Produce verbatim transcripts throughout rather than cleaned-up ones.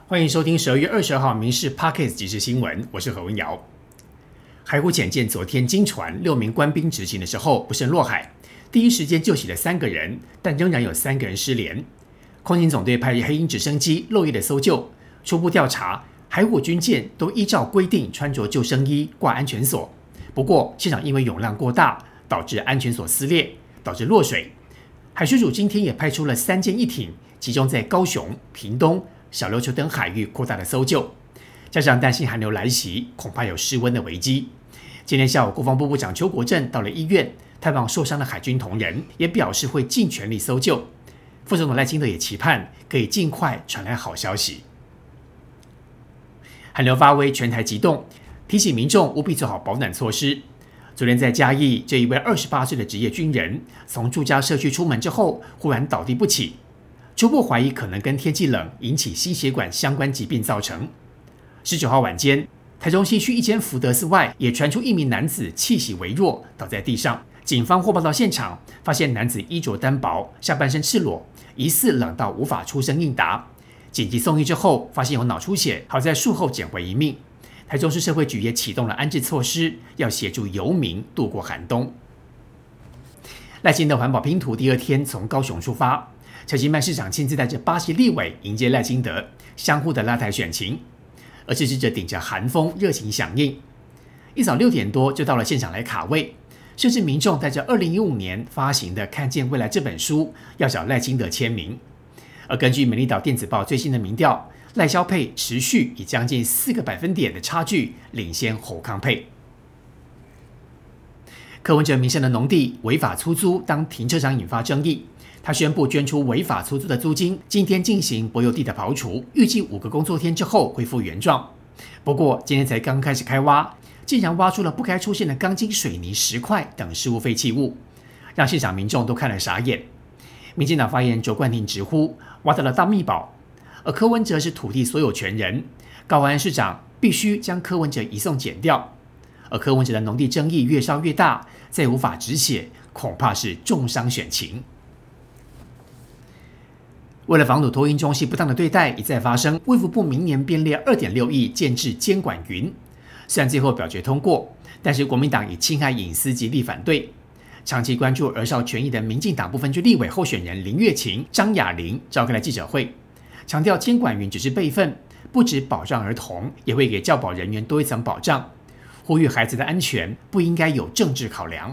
欢迎收听十二月二十二号民视 Podcast 即时新闻，我是何文瑶。海虎潜舰昨天经传六名官兵执勤的时候不慎落海，第一时间救起了三个人，但仍然有三个人失联。空警总队派黑鹰直升机漏夜的搜救，初步调查，海虎军舰都依照规定穿着救生衣、挂安全锁。不过现场因为涌浪过大，导致安全锁撕裂，导致落水。海水署今天也派出了三舰一艇，集中在高雄、屏东、小琉球等海域扩大的搜救，加上担心寒流来袭，恐怕有失温的危机。今天下午，国防部部长邱国正到了医院探望受伤的海军同仁，也表示会尽全力搜救。副总统赖清德也期盼可以尽快传来好消息。寒流发威，全台急冻，提醒民众务必做好保暖措施。昨天在嘉义，这一位二十八岁的职业军人从住家社区出门之后，忽然倒地不起，初步怀疑可能跟天气冷引起心血管相关疾病造成。十九号晚间，台中西区一间福德寺外也传出一名男子气息微弱，倒在地上。警方获报到现场，发现男子衣着单薄，下半身赤裸，疑似冷到无法出声应答。紧急送医之后，发现有脑出血，好在术后捡回一命。台中市社会局也启动了安置措施，要协助游民度过寒冬。赖清德环保拼图第二天从高雄出发，陈其迈市长亲自带着巴西立委迎接赖清德，相互的拉抬选情。而支持者顶着寒风热情响应，一早六点多就到了现场来卡位，甚至民众带着二零一五年发行的《看见未来》这本书，要找赖清德签名。而根据美丽岛电子报最新的民调，赖萧配持续以将近四个百分点的差距领先侯康配。柯文哲名下的农地违法出租当停车场引发争议，他宣布捐出违法出租的租金，今天进行柏油地的刨除，预计五个工作天之后恢复原状。不过今天才刚开始开挖，竟然挖出了不该出现的钢筋、水泥、石块等事物废弃物，让现场民众都看了傻眼。民进党发言人卓冠廷直呼挖到了大秘宝，而柯文哲是土地所有权人，高安市长必须将柯文哲移送检调。而柯文哲的农地争议越烧越大，再无法止血，恐怕是重伤选情。为了防堵托婴中心不当的对待一再发生，卫福部明年编列 二点六亿建制监管云，虽然最后表决通过，但是国民党以侵害隐私极力反对。长期关注儿少权益的民进党部分区立委候选人林月琴、张雅玲召开了记者会，强调监管云只是备份，不只保障儿童，也会给教保人员多一层保障，呼吁孩子的安全不应该有政治考量。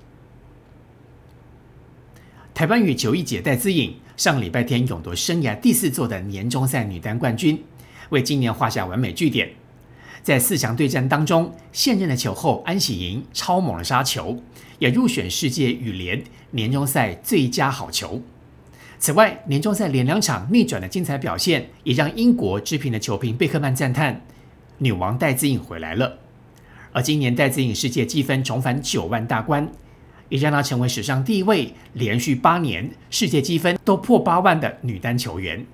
台湾羽球一姐戴资颖上礼拜天勇夺生涯第四座的年终赛女单冠军，为今年画下完美句点。在四强对战当中，现任的球后安喜莹超猛的杀球，也入选世界羽联年终赛最佳好球。此外，年终赛连两场逆转的精彩表现，也让英国知名的球评贝克曼赞叹：女王戴资颖回来了。而今年戴资颖世界积分重返九万大关，也让她成为史上第一位连续八年世界积分都破八万的女单球员。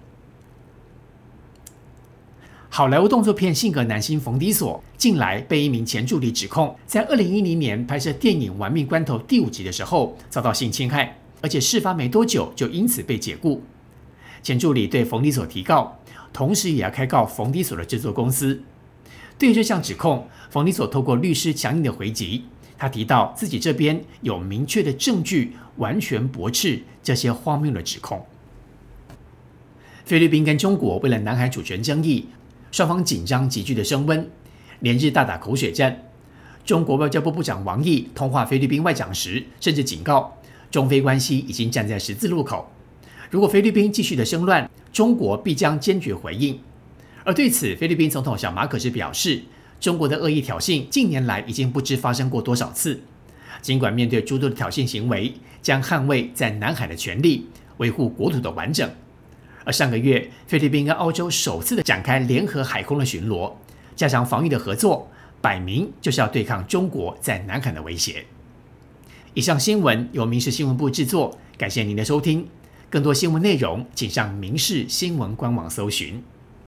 好莱坞动作片性格男星冯迪索近来被一名前助理指控，在二零一零年拍摄电影《玩命关头》第五集的时候遭到性侵害，而且事发没多久就因此被解雇。前助理对冯迪索提告，同时也要开告冯迪索的制作公司。对于这项指控，冯迪索透过律师强硬的回击，他提到自己这边有明确的证据，完全驳斥这些荒谬的指控。菲律宾跟中国为了南海主权争议，双方紧张急剧的升温，连日大打口水战。中国外交部部长王毅通话菲律宾外长时，甚至警告中菲关系已经站在十字路口，如果菲律宾继续的生乱，中国必将坚决回应。而对此，菲律宾总统小马可是表示，中国的恶意挑衅近年来已经不知发生过多少次，尽管面对诸多的挑衅行为，将捍卫在南海的权利，维护国土的完整。而上个月，菲律宾跟澳洲首次的展开联合海空的巡逻，加强防御的合作，摆明就是要对抗中国在南海的威胁。以上新闻由民视新闻部制作，感谢您的收听。更多新闻内容，请上民视新闻官网搜寻。